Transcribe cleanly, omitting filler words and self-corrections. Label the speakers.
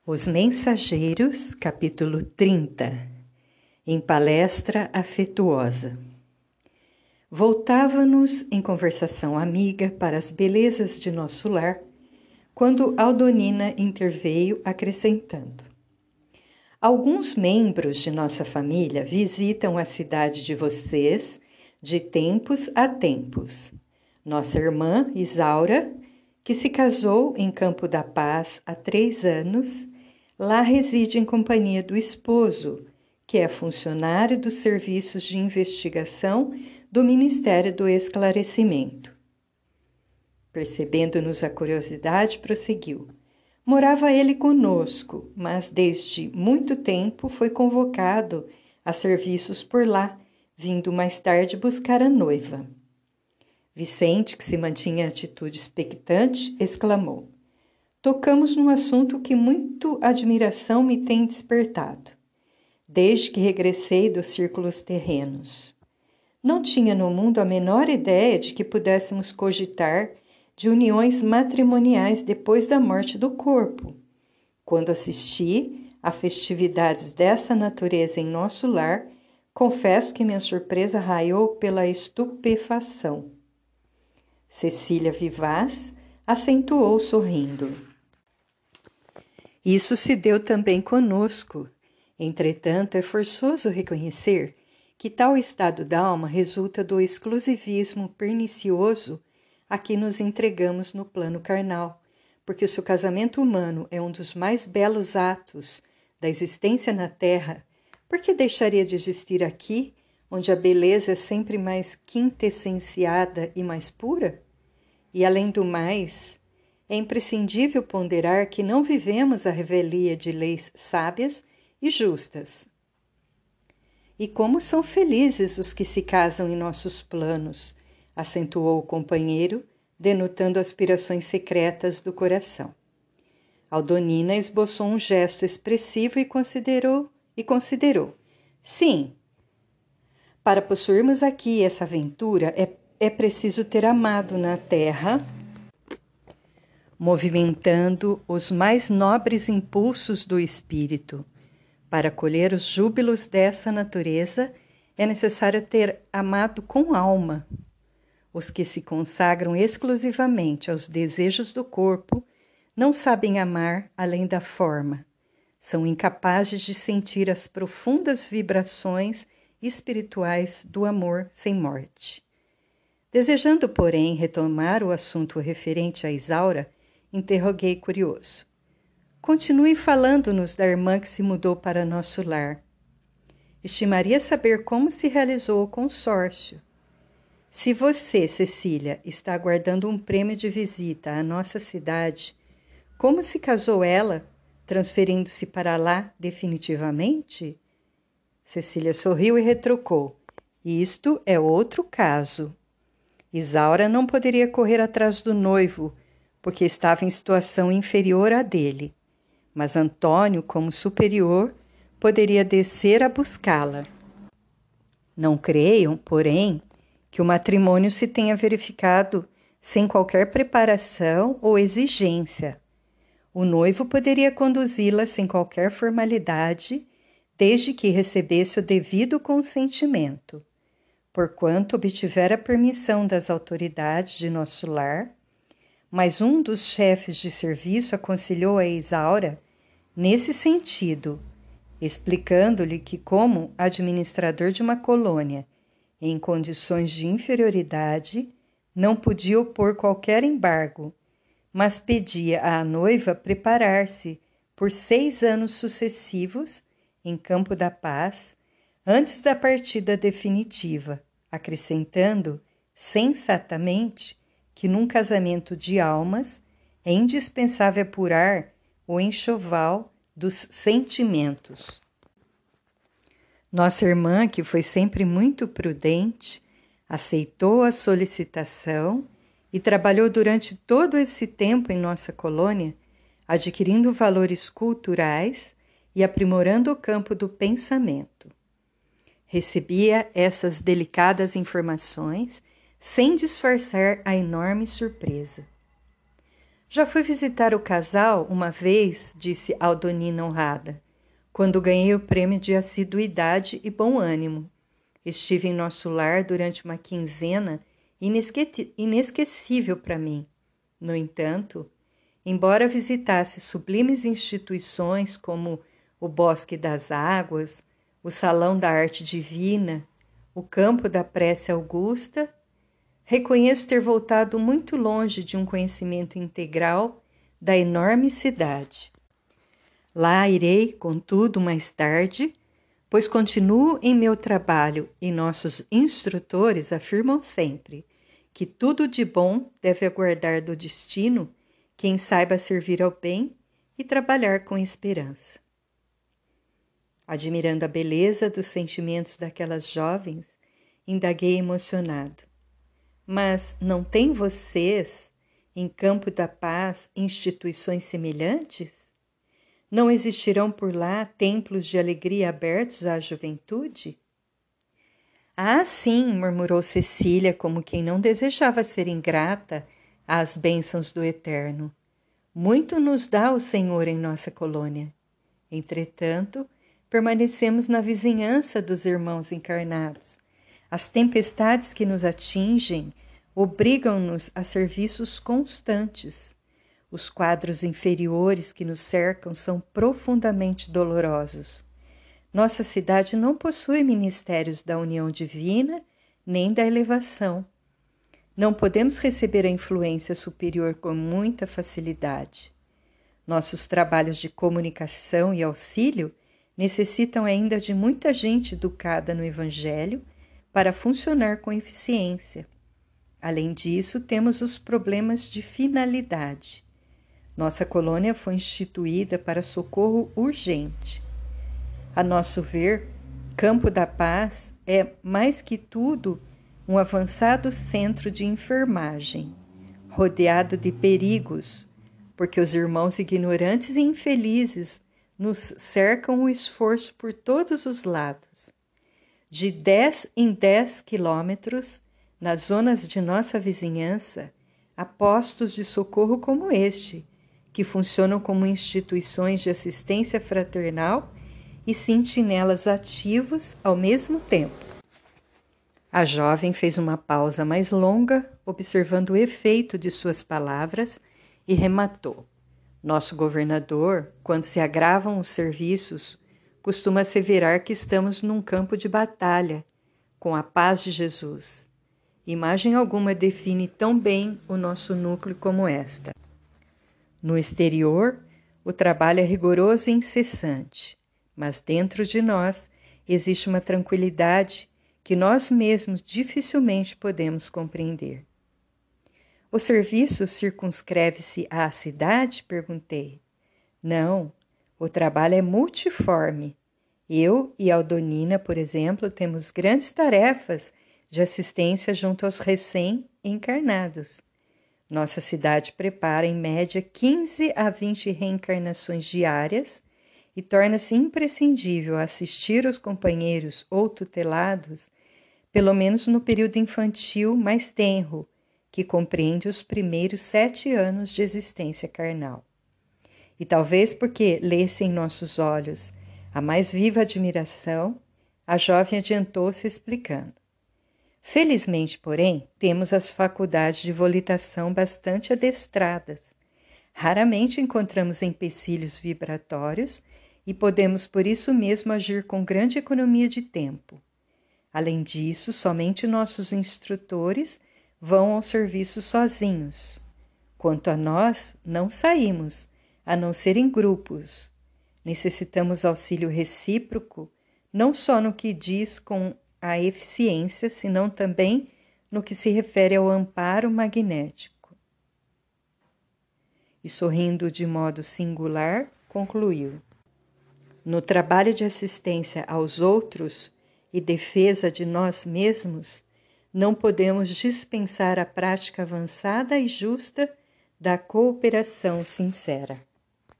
Speaker 1: Os Mensageiros, capítulo 30. Em palestra afetuosa. Voltava-nos em conversação amiga para as belezas de nosso lar, quando Aldonina interveio acrescentando: alguns membros de nossa família visitam a cidade de vocês de tempos a tempos. Nossa irmã Isaura, que se casou em Campo da Paz há 3 anos, lá reside em companhia do esposo, que é funcionário dos serviços de investigação do Ministério do Esclarecimento. Percebendo-nos a curiosidade, prosseguiu. Morava ele conosco, mas desde muito tempo foi convocado a serviços por lá, vindo mais tarde buscar a noiva. Vicente, que se mantinha em atitude expectante, exclamou: tocamos num assunto que muito admiração me tem despertado, desde que regressei dos círculos terrenos. Não tinha no mundo a menor ideia de que pudéssemos cogitar de uniões matrimoniais depois da morte do corpo. Quando assisti a festividades dessa natureza em nosso lar, confesso que minha surpresa raiou pela estupefação. Cecília Vivaz acentuou sorrindo. Isso se deu também conosco. Entretanto, é forçoso reconhecer que tal estado d'alma resulta do exclusivismo pernicioso a que nos entregamos no plano carnal, porque se o casamento humano é um dos mais belos atos da existência na Terra, por que deixaria de existir aqui, onde a beleza é sempre mais quintessenciada e mais pura? E, além do mais, é imprescindível ponderar que não vivemos a revelia de leis sábias e justas. E como são felizes os que se casam em nossos planos, acentuou o companheiro, denotando aspirações secretas do coração. Aldonina esboçou um gesto expressivo e considerou. Sim, para possuirmos aqui essa aventura, é preciso ter amado na terra, movimentando os mais nobres impulsos do espírito. Para colher os júbilos dessa natureza, é necessário ter amado com alma. Os que se consagram exclusivamente aos desejos do corpo não sabem amar além da forma. São incapazes de sentir as profundas vibrações espirituais do amor sem morte. Desejando, porém, retomar o assunto referente a Isaura, interroguei curioso. Continue falando-nos da irmã que se mudou para nosso lar. Estimaria saber como se realizou o consórcio. Se você, Cecília, está aguardando um prêmio de visita à nossa cidade, como se casou ela, transferindo-se para lá definitivamente? Cecília sorriu e retrucou. Isto é outro caso. Isaura não poderia correr atrás do noivo, porque estava em situação inferior à dele. Mas Antônio, como superior, poderia descer a buscá-la. Não creiam, porém, que o matrimônio se tenha verificado sem qualquer preparação ou exigência. O noivo poderia conduzi-la sem qualquer formalidade, desde que recebesse o devido consentimento. Porquanto obtivera permissão das autoridades de nosso lar, mas um dos chefes de serviço aconselhou a Isaura nesse sentido, explicando-lhe que, como administrador de uma colônia em condições de inferioridade, não podia opor qualquer embargo, mas pedia à noiva preparar-se por 6 anos sucessivos em Campo da Paz, antes da partida definitiva, acrescentando sensatamente que num casamento de almas é indispensável apurar o enxoval dos sentimentos. Nossa irmã, que foi sempre muito prudente, aceitou a solicitação e trabalhou durante todo esse tempo em nossa colônia, adquirindo valores culturais e aprimorando o campo do pensamento. Recebia essas delicadas informações sem disfarçar a enorme surpresa. Já fui visitar o casal uma vez, disse Aldonina honrada, quando ganhei o prêmio de assiduidade e bom ânimo. Estive em nosso lar durante uma quinzena inesquecível para mim. No entanto, embora visitasse sublimes instituições como o Bosque das Águas, o Salão da Arte Divina, o Campo da Prece Augusta, reconheço ter voltado muito longe de um conhecimento integral da enorme cidade. Lá irei, contudo, mais tarde, pois continuo em meu trabalho e nossos instrutores afirmam sempre que tudo de bom deve aguardar do destino quem saiba servir ao bem e trabalhar com esperança. Admirando a beleza dos sentimentos daquelas jovens, indaguei emocionado. Mas não têm vocês, em Campo da Paz, instituições semelhantes? Não existirão por lá templos de alegria abertos à juventude? Ah, sim, murmurou Cecília, como quem não desejava ser ingrata às bênçãos do Eterno. Muito nos dá o Senhor em nossa colônia. Entretanto, permanecemos na vizinhança dos irmãos encarnados. As tempestades que nos atingem obrigam-nos a serviços constantes. Os quadros inferiores que nos cercam são profundamente dolorosos. Nossa cidade não possui ministérios da união divina nem da elevação. Não podemos receber a influência superior com muita facilidade. Nossos trabalhos de comunicação e auxílio necessitam ainda de muita gente educada no Evangelho para funcionar com eficiência. Além disso, temos os problemas de finalidade. Nossa colônia foi instituída para socorro urgente. A nosso ver, Campo da Paz é, mais que tudo, um avançado centro de enfermagem, rodeado de perigos, porque os irmãos ignorantes e infelizes nos cercam o esforço por todos os lados. De 10 em 10 quilômetros, nas zonas de nossa vizinhança, há postos de socorro como este, que funcionam como instituições de assistência fraternal e sentinelas ativos ao mesmo tempo. A jovem fez uma pausa mais longa, observando o efeito de suas palavras, e rematou. Nosso governador, quando se agravam os serviços, costuma asseverar que estamos num campo de batalha, com a paz de Jesus. Imagem alguma define tão bem o nosso núcleo como esta. No exterior, o trabalho é rigoroso e incessante, mas dentro de nós existe uma tranquilidade que nós mesmos dificilmente podemos compreender. O serviço circunscreve-se à cidade? Perguntei. Não, o trabalho é multiforme. Eu e Aldonina, por exemplo, temos grandes tarefas de assistência junto aos recém-encarnados. Nossa cidade prepara, em média, 15 a 20 reencarnações diárias e torna-se imprescindível assistir os companheiros ou tutelados, pelo menos no período infantil mais tenro, que compreende os primeiros 7 anos de existência carnal. E talvez porque lesse em nossos olhos a mais viva admiração, a jovem adiantou-se explicando. Felizmente, porém, temos as faculdades de volitação bastante adestradas. Raramente encontramos empecilhos vibratórios e podemos por isso mesmo agir com grande economia de tempo. Além disso, somente nossos instrutores vão ao serviço sozinhos. Quanto a nós, não saímos, a não ser em grupos. Necessitamos auxílio recíproco, não só no que diz com a eficiência, senão também no que se refere ao amparo magnético. E sorrindo de modo singular, concluiu. No trabalho de assistência aos outros e defesa de nós mesmos, não podemos dispensar a prática avançada e justa da cooperação sincera.